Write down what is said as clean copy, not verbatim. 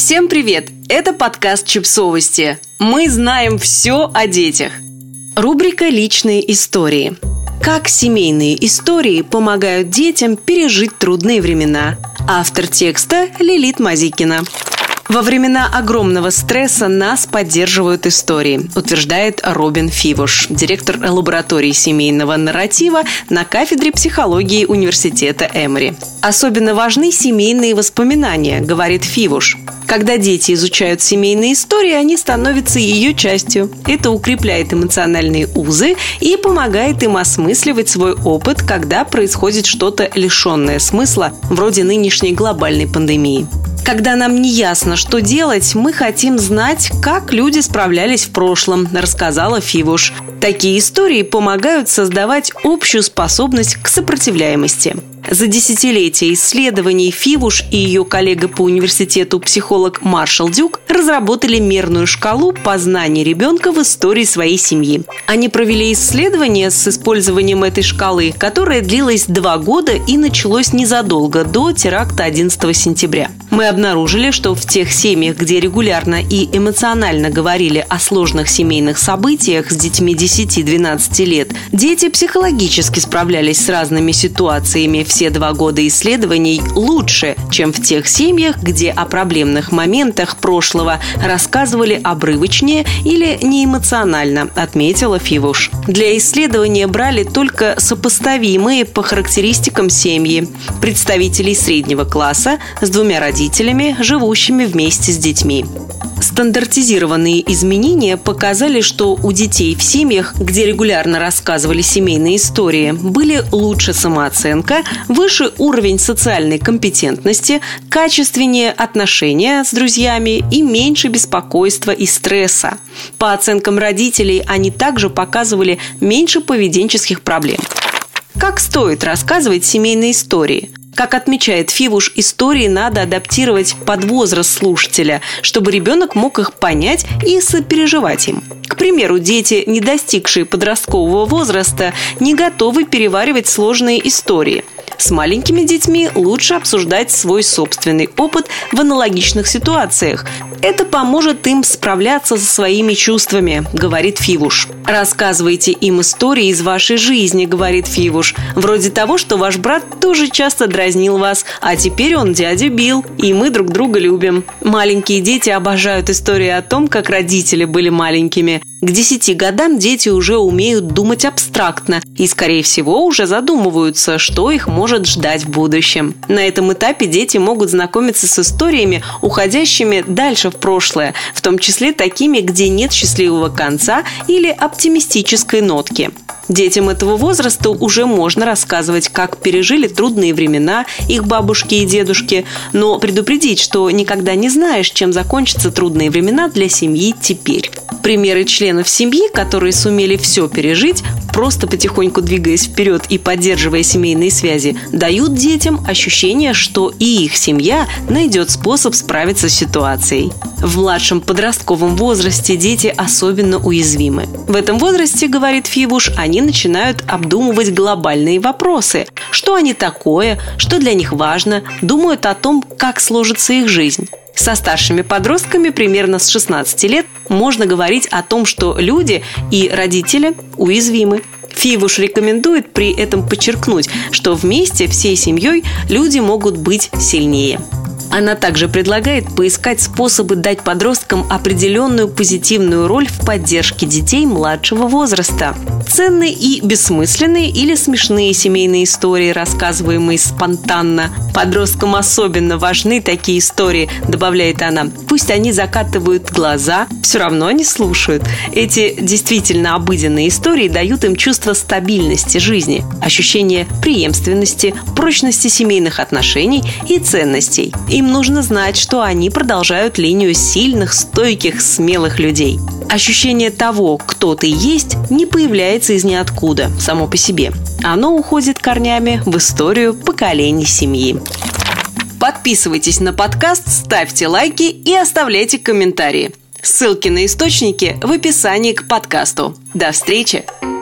Всем привет! Это подкаст «Чипсовости». Мы знаем все о детях. Рубрика «Личные истории». Как семейные истории помогают детям пережить трудные времена. Автор текста Лилит Мазикина. Во времена огромного стресса нас поддерживают истории, утверждает Робин Фивуш, директор лаборатории семейного нарратива на кафедре психологии университета Эмори. Особенно важны семейные воспоминания, говорит Фивуш. Когда дети изучают семейные истории, они становятся ее частью. Это укрепляет эмоциональные узы и помогает им осмысливать свой опыт, когда происходит что-то лишенное смысла, вроде нынешней глобальной пандемии. Когда нам не ясно, что делать, мы хотим знать, как люди справлялись в прошлом, рассказала Фивуш. Такие истории помогают создавать общую способность к сопротивляемости. За десятилетия исследований Фивуш и ее коллега по университету психолог Маршал Дюк разработали мерную шкалу познания ребенка в истории своей семьи. Они провели исследование с использованием этой шкалы, которое длилось 2 года и началось незадолго до теракта 11 сентября. Мы обнаружили, что в тех семьях, где регулярно и эмоционально говорили о сложных семейных событиях с детьми 10-12 лет, дети психологически справлялись с разными ситуациями все 2 года исследований лучше, чем в тех семьях, где о проблемных моментах прошлого рассказывали обрывочнее или неэмоционально, отметила Фивуш. Для исследования брали только сопоставимые по характеристикам семьи, представителей среднего класса с 2 родителями, живущими вместе с детьми. Стандартизированные изменения показали, что у детей в семьях, где регулярно рассказывали семейные истории, были лучше самооценка, выше уровень социальной компетентности, качественнее отношения с друзьями и меньше беспокойства и стресса. По оценкам родителей, они также показывали меньше поведенческих проблем. Как стоит рассказывать семейные истории? Как отмечает Фивуш, истории надо адаптировать под возраст слушателя, чтобы ребенок мог их понять и сопереживать им. К примеру, дети, не достигшие подросткового возраста, не готовы переваривать сложные истории. С маленькими детьми лучше обсуждать свой собственный опыт в аналогичных ситуациях. Это поможет им справляться со своими чувствами, говорит Фивуш. Рассказывайте им истории из вашей жизни, говорит Фивуш. Вроде того, что ваш брат тоже часто дразнил вас, а теперь он дядю бил, и мы друг друга любим. Маленькие дети обожают истории о том, как родители были маленькими. К 10 годам дети уже умеют думать абстрактно и, скорее всего, уже задумываются, что их может ждать в будущем. На этом этапе дети могут знакомиться с историями, уходящими дальше в прошлое, в том числе такими, где нет счастливого конца или оптимистической нотки. Детям этого возраста уже можно рассказывать, как пережили трудные времена их бабушки и дедушки, но предупредить, что никогда не знаешь, чем закончатся трудные времена для семьи теперь. Примеры членов семьи, которые сумели все пережить, просто потихоньку двигаясь вперед и поддерживая семейные связи, дают детям ощущение, что и их семья найдет способ справиться с ситуацией. В младшем подростковом возрасте дети особенно уязвимы. В этом возрасте, говорит Фивуш, они начинают обдумывать глобальные вопросы. Что они такое, что для них важно, думают о том, как сложится их жизнь. Со старшими подростками примерно с 16 лет можно говорить о том, что люди и родители уязвимы. Фивуш рекомендует при этом подчеркнуть, что вместе, всей семьей, люди могут быть сильнее. Она также предлагает поискать способы дать подросткам определенную позитивную роль в поддержке детей младшего возраста. Ценные и бессмысленные или смешные семейные истории, рассказываемые спонтанно. Подросткам особенно важны такие истории, добавляет она. Пусть они закатывают глаза, все равно они слушают. Эти действительно обыденные истории дают им чувство стабильности жизни, ощущение преемственности, прочности семейных отношений и ценностей. Им нужно знать, что они продолжают линию сильных, стойких, смелых людей. Ощущение того, кто ты есть, не появляется из ниоткуда, само по себе. Оно уходит корнями в историю поколений семьи. Подписывайтесь на подкаст, ставьте лайки и оставляйте комментарии. Ссылки на источники в описании к подкасту. До встречи!